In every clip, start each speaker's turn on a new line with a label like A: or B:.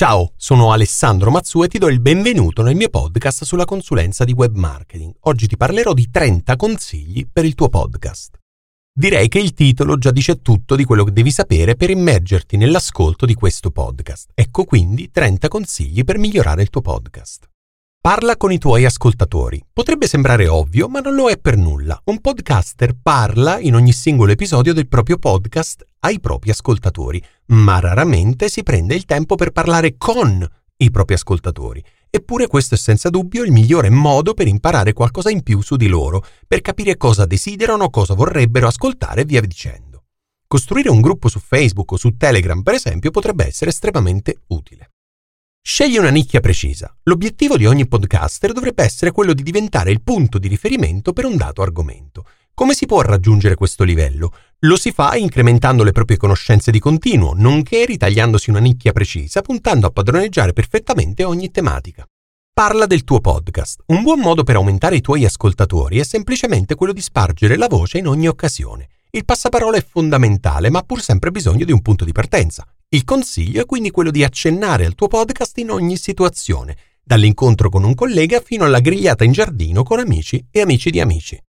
A: Ciao, sono Alessandro Mazzu e ti do il benvenuto nel mio podcast sulla consulenza di web marketing. Oggi ti parlerò di 30 consigli per il tuo podcast. Direi che il titolo già dice tutto di quello che devi sapere per immergerti nell'ascolto di questo podcast. Ecco quindi 30 consigli per migliorare il tuo podcast. Parla con i tuoi ascoltatori. Potrebbe sembrare ovvio, ma non lo è per nulla. Un podcaster parla in ogni singolo episodio del proprio podcast ai propri ascoltatori, ma raramente si prende il tempo per parlare con i propri ascoltatori. Eppure questo è senza dubbio il migliore modo per imparare qualcosa in più su di loro, per capire cosa desiderano, cosa vorrebbero ascoltare e via dicendo. Costruire un gruppo su Facebook o su Telegram, per esempio, potrebbe essere estremamente utile. Scegli una nicchia precisa. L'obiettivo di ogni podcaster dovrebbe essere quello di diventare il punto di riferimento per un dato argomento. Come si può raggiungere questo livello? Lo si fa incrementando le proprie conoscenze di continuo, nonché ritagliandosi una nicchia precisa, puntando a padroneggiare perfettamente ogni tematica. Parla del tuo podcast. Un buon modo per aumentare i tuoi ascoltatori è semplicemente quello di spargere la voce in ogni occasione. Il passaparola è fondamentale, ma ha pur sempre bisogno di un punto di partenza. Il consiglio è quindi quello di accennare al tuo podcast in ogni situazione, dall'incontro con un collega fino alla grigliata in giardino con amici e amici di amici.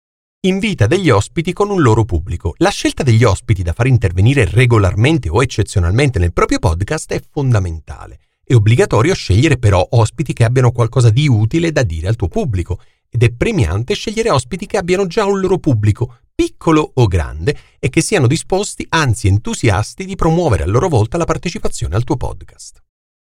A: Invita degli ospiti con un loro pubblico. La scelta degli ospiti da far intervenire regolarmente o eccezionalmente nel proprio podcast è fondamentale. È obbligatorio scegliere però ospiti che abbiano qualcosa di utile da dire al tuo pubblico ed è premiante scegliere ospiti che abbiano già un loro pubblico, piccolo o grande, e che siano disposti, anzi entusiasti, di promuovere a loro volta la partecipazione al tuo podcast.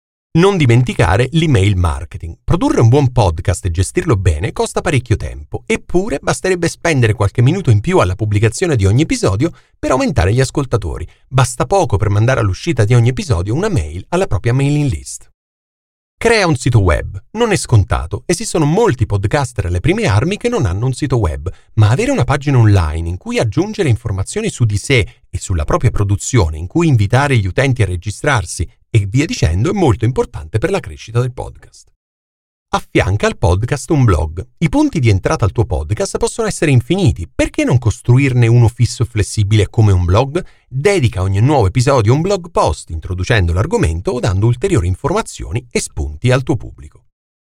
A: Non dimenticare l'email marketing. Produrre un buon podcast e gestirlo bene costa parecchio tempo, eppure basterebbe spendere qualche minuto in più alla pubblicazione di ogni episodio per aumentare gli ascoltatori. Basta poco per mandare all'uscita di ogni episodio una mail alla propria mailing list. Crea un sito web. Non è scontato. Esistono molti podcaster alle prime armi che non hanno un sito web, ma avere una pagina online in cui aggiungere informazioni su di sé e sulla propria produzione, in cui invitare gli utenti a registrarsi e via dicendo è molto importante per la crescita del podcast. Affianca al podcast un blog. I punti di entrata al tuo podcast possono essere infiniti. Perché non costruirne uno fisso e flessibile come un blog? Dedica ogni nuovo episodio a un blog post, introducendo l'argomento o dando ulteriori informazioni e spunti al tuo pubblico.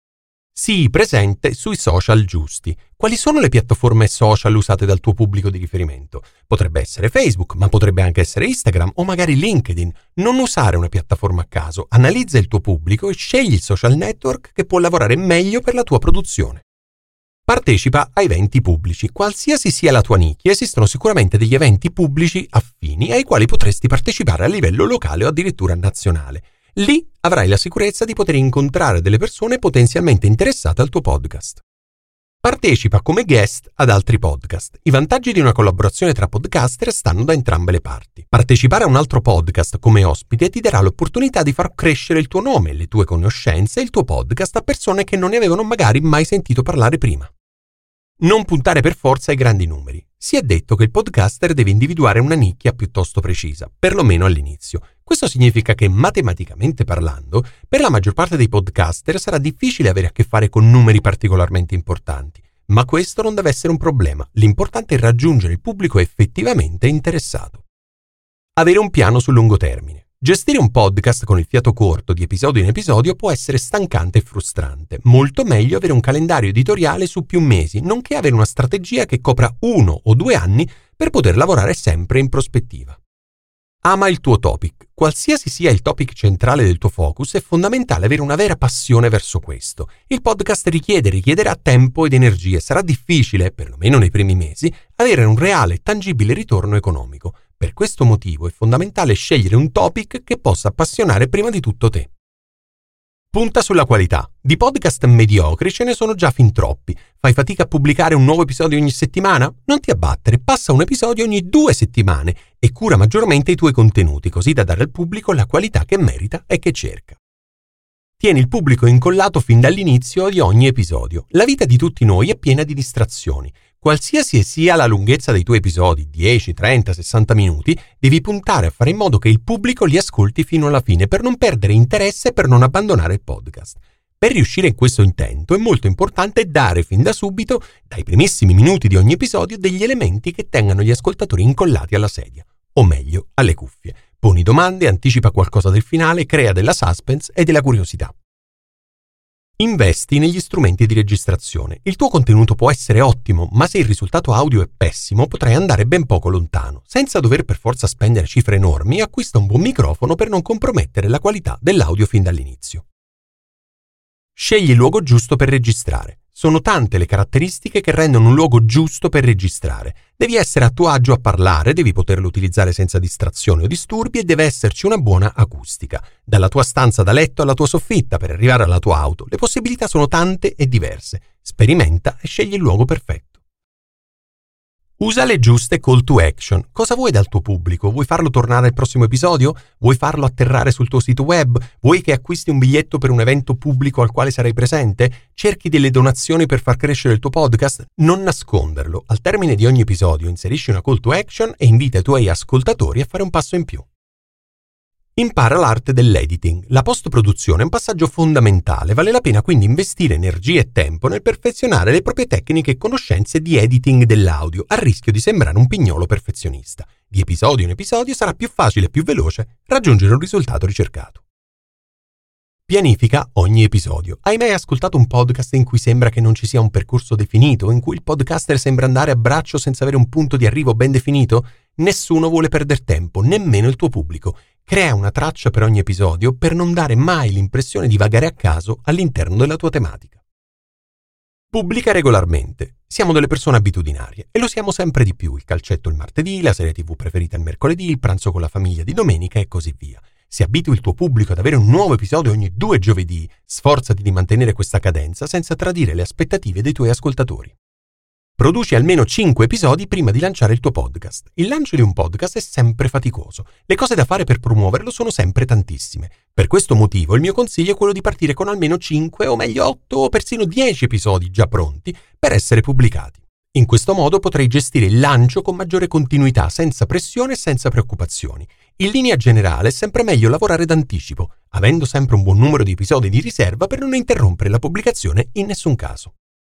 A: Sii presente sui social giusti. Quali sono le piattaforme social usate dal tuo pubblico di riferimento? Potrebbe essere Facebook, ma potrebbe anche essere Instagram o magari LinkedIn. Non usare una piattaforma a caso, analizza il tuo pubblico e scegli il social network che può lavorare meglio per la tua produzione. Partecipa a eventi pubblici. Qualsiasi sia la tua nicchia, esistono sicuramente degli eventi pubblici affini ai quali potresti partecipare a livello locale o addirittura nazionale. Lì avrai la sicurezza di poter incontrare delle persone potenzialmente interessate al tuo podcast. Partecipa come guest ad altri podcast. I vantaggi di una collaborazione tra podcaster stanno da entrambe le parti. Partecipare a un altro podcast come ospite ti darà l'opportunità di far crescere il tuo nome, le tue conoscenze e il tuo podcast a persone che non ne avevano magari mai sentito parlare prima. Non puntare per forza ai grandi numeri. Si è detto che il podcaster deve individuare una nicchia piuttosto precisa, perlomeno all'inizio. Questo significa che, matematicamente parlando, per la maggior parte dei podcaster sarà difficile avere a che fare con numeri particolarmente importanti. Ma questo non deve essere un problema. L'importante è raggiungere il pubblico effettivamente interessato. Avere un piano sul lungo termine. Gestire un podcast con il fiato corto di episodio in episodio può essere stancante e frustrante. Molto meglio avere un calendario editoriale su più mesi, nonché avere una strategia che copra 1 o 2 anni per poter lavorare sempre in prospettiva. Ama il tuo topic. Qualsiasi sia il topic centrale del tuo focus, è fondamentale avere una vera passione verso questo. Il podcast richiederà tempo ed energie. Sarà difficile, perlomeno nei primi mesi, avere un reale e tangibile ritorno economico. Per questo motivo è fondamentale scegliere un topic che possa appassionare prima di tutto te. Punta sulla qualità. Di podcast mediocri ce ne sono già fin troppi. Fai fatica a pubblicare un nuovo episodio ogni settimana? Non ti abbattere, passa un episodio ogni 2 settimane e cura maggiormente i tuoi contenuti, così da dare al pubblico la qualità che merita e che cerca. Tieni il pubblico incollato fin dall'inizio di ogni episodio. La vita di tutti noi è piena di distrazioni. Qualsiasi sia la lunghezza dei tuoi episodi, 10, 30, 60 minuti, devi puntare a fare in modo che il pubblico li ascolti fino alla fine per non perdere interesse e per non abbandonare il podcast. Per riuscire in questo intento è molto importante dare fin da subito, dai primissimi minuti di ogni episodio, degli elementi che tengano gli ascoltatori incollati alla sedia, o meglio, alle cuffie. Poni domande, anticipa qualcosa del finale, crea della suspense e della curiosità. Investi negli strumenti di registrazione. Il tuo contenuto può essere ottimo, ma se il risultato audio è pessimo, potrai andare ben poco lontano. Senza dover per forza spendere cifre enormi, acquista un buon microfono per non compromettere la qualità dell'audio fin dall'inizio. Scegli il luogo giusto per registrare. Sono tante le caratteristiche che rendono un luogo giusto per registrare. Devi essere a tuo agio a parlare, devi poterlo utilizzare senza distrazioni o disturbi e deve esserci una buona acustica. Dalla tua stanza da letto alla tua soffitta per arrivare alla tua auto, le possibilità sono tante e diverse. Sperimenta e scegli il luogo perfetto. Usa le giuste call to action. Cosa vuoi dal tuo pubblico? Vuoi farlo tornare al prossimo episodio? Vuoi farlo atterrare sul tuo sito web? Vuoi che acquisti un biglietto per un evento pubblico al quale sarai presente? Cerchi delle donazioni per far crescere il tuo podcast? Non nasconderlo. Al termine di ogni episodio inserisci una call to action e invita i tuoi ascoltatori a fare un passo in più. Impara l'arte dell'editing. La post-produzione è un passaggio fondamentale, vale la pena quindi investire energie e tempo nel perfezionare le proprie tecniche e conoscenze di editing dell'audio, a rischio di sembrare un pignolo perfezionista. Di episodio in episodio sarà più facile e più veloce raggiungere un risultato ricercato. Pianifica ogni episodio. Hai mai ascoltato un podcast in cui sembra che non ci sia un percorso definito, in cui il podcaster sembra andare a braccio senza avere un punto di arrivo ben definito? Nessuno vuole perdere tempo, nemmeno il tuo pubblico. Crea una traccia per ogni episodio per non dare mai l'impressione di vagare a caso all'interno della tua tematica. Pubblica regolarmente. Siamo delle persone abitudinarie e lo siamo sempre di più. Il calcetto il martedì, la serie TV preferita il mercoledì, il pranzo con la famiglia di domenica e così via. Se abitui il tuo pubblico ad avere un nuovo episodio ogni 2 giovedì, sforzati di mantenere questa cadenza senza tradire le aspettative dei tuoi ascoltatori. Produci almeno 5 episodi prima di lanciare il tuo podcast. Il lancio di un podcast è sempre faticoso. Le cose da fare per promuoverlo sono sempre tantissime. Per questo motivo il mio consiglio è quello di partire con almeno 5 o meglio 8 o persino 10 episodi già pronti per essere pubblicati. In questo modo potrai gestire il lancio con maggiore continuità, senza pressione e senza preoccupazioni. In linea generale è sempre meglio lavorare d'anticipo, avendo sempre un buon numero di episodi di riserva per non interrompere la pubblicazione in nessun caso.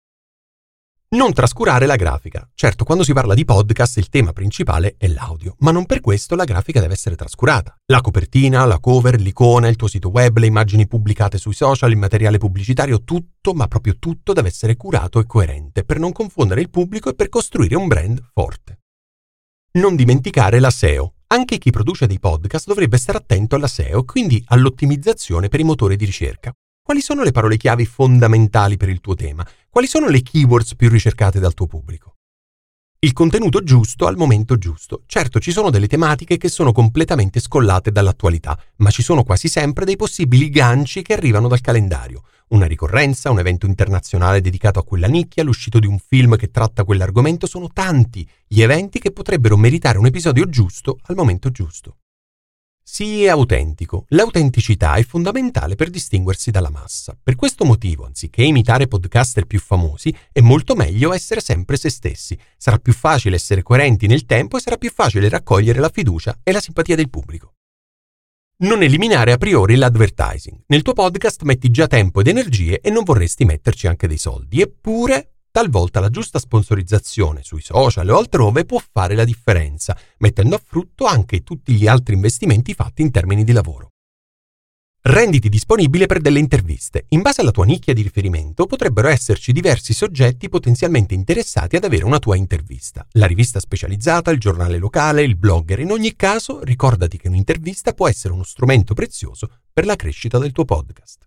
A: Non trascurare la grafica. Certo, quando si parla di podcast il tema principale è l'audio, ma non per questo la grafica deve essere trascurata. La copertina, la cover, l'icona, il tuo sito web, le immagini pubblicate sui social, il materiale pubblicitario, tutto, ma proprio tutto deve essere curato e coerente per non confondere il pubblico e per costruire un brand forte. Non dimenticare la SEO. Anche chi produce dei podcast dovrebbe stare attento alla SEO, quindi all'ottimizzazione per i motori di ricerca. Quali sono le parole chiavi fondamentali per il tuo tema? Quali sono le keywords più ricercate dal tuo pubblico? Il contenuto giusto al momento giusto. Certo, ci sono delle tematiche che sono completamente scollate dall'attualità, ma ci sono quasi sempre dei possibili ganci che arrivano dal calendario. Una ricorrenza, un evento internazionale dedicato a quella nicchia, l'uscita di un film che tratta quell'argomento, sono tanti gli eventi che potrebbero meritare un episodio giusto al momento giusto. Sii autentico. L'autenticità è fondamentale per distinguersi dalla massa. Per questo motivo, anziché imitare podcaster più famosi, è molto meglio essere sempre se stessi. Sarà più facile essere coerenti nel tempo e sarà più facile raccogliere la fiducia e la simpatia del pubblico. Non eliminare a priori l'advertising. Nel tuo podcast metti già tempo ed energie e non vorresti metterci anche dei soldi. Eppure, talvolta la giusta sponsorizzazione sui social o altrove può fare la differenza, mettendo a frutto anche tutti gli altri investimenti fatti in termini di lavoro. Renditi disponibile per delle interviste. In base alla tua nicchia di riferimento potrebbero esserci diversi soggetti potenzialmente interessati ad avere una tua intervista. La rivista specializzata, il giornale locale, il blogger. In ogni caso, ricordati che un'intervista può essere uno strumento prezioso per la crescita del tuo podcast.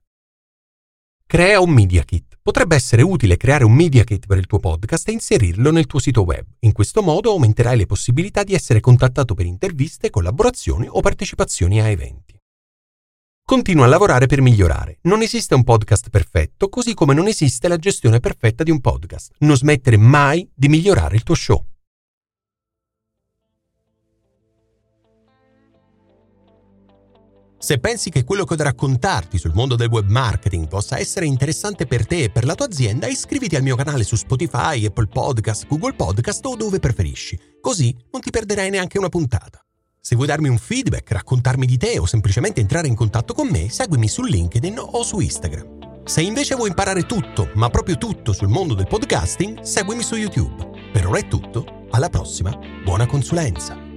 A: Crea un media kit. Potrebbe essere utile creare un media kit per il tuo podcast e inserirlo nel tuo sito web. In questo modo aumenterai le possibilità di essere contattato per interviste, collaborazioni o partecipazioni a eventi. Continua a lavorare per migliorare. Non esiste un podcast perfetto, così come non esiste la gestione perfetta di un podcast. Non smettere mai di migliorare il tuo show. Se pensi che quello che ho da raccontarti sul mondo del web marketing possa essere interessante per te e per la tua azienda, iscriviti al mio canale su Spotify, Apple Podcast, Google Podcast o dove preferisci. Così non ti perderai neanche una puntata. Se vuoi darmi un feedback, raccontarmi di te o semplicemente entrare in contatto con me, seguimi su LinkedIn o su Instagram. Se invece vuoi imparare tutto, ma proprio tutto sul mondo del podcasting, seguimi su YouTube. Per ora è tutto, alla prossima, buona consulenza!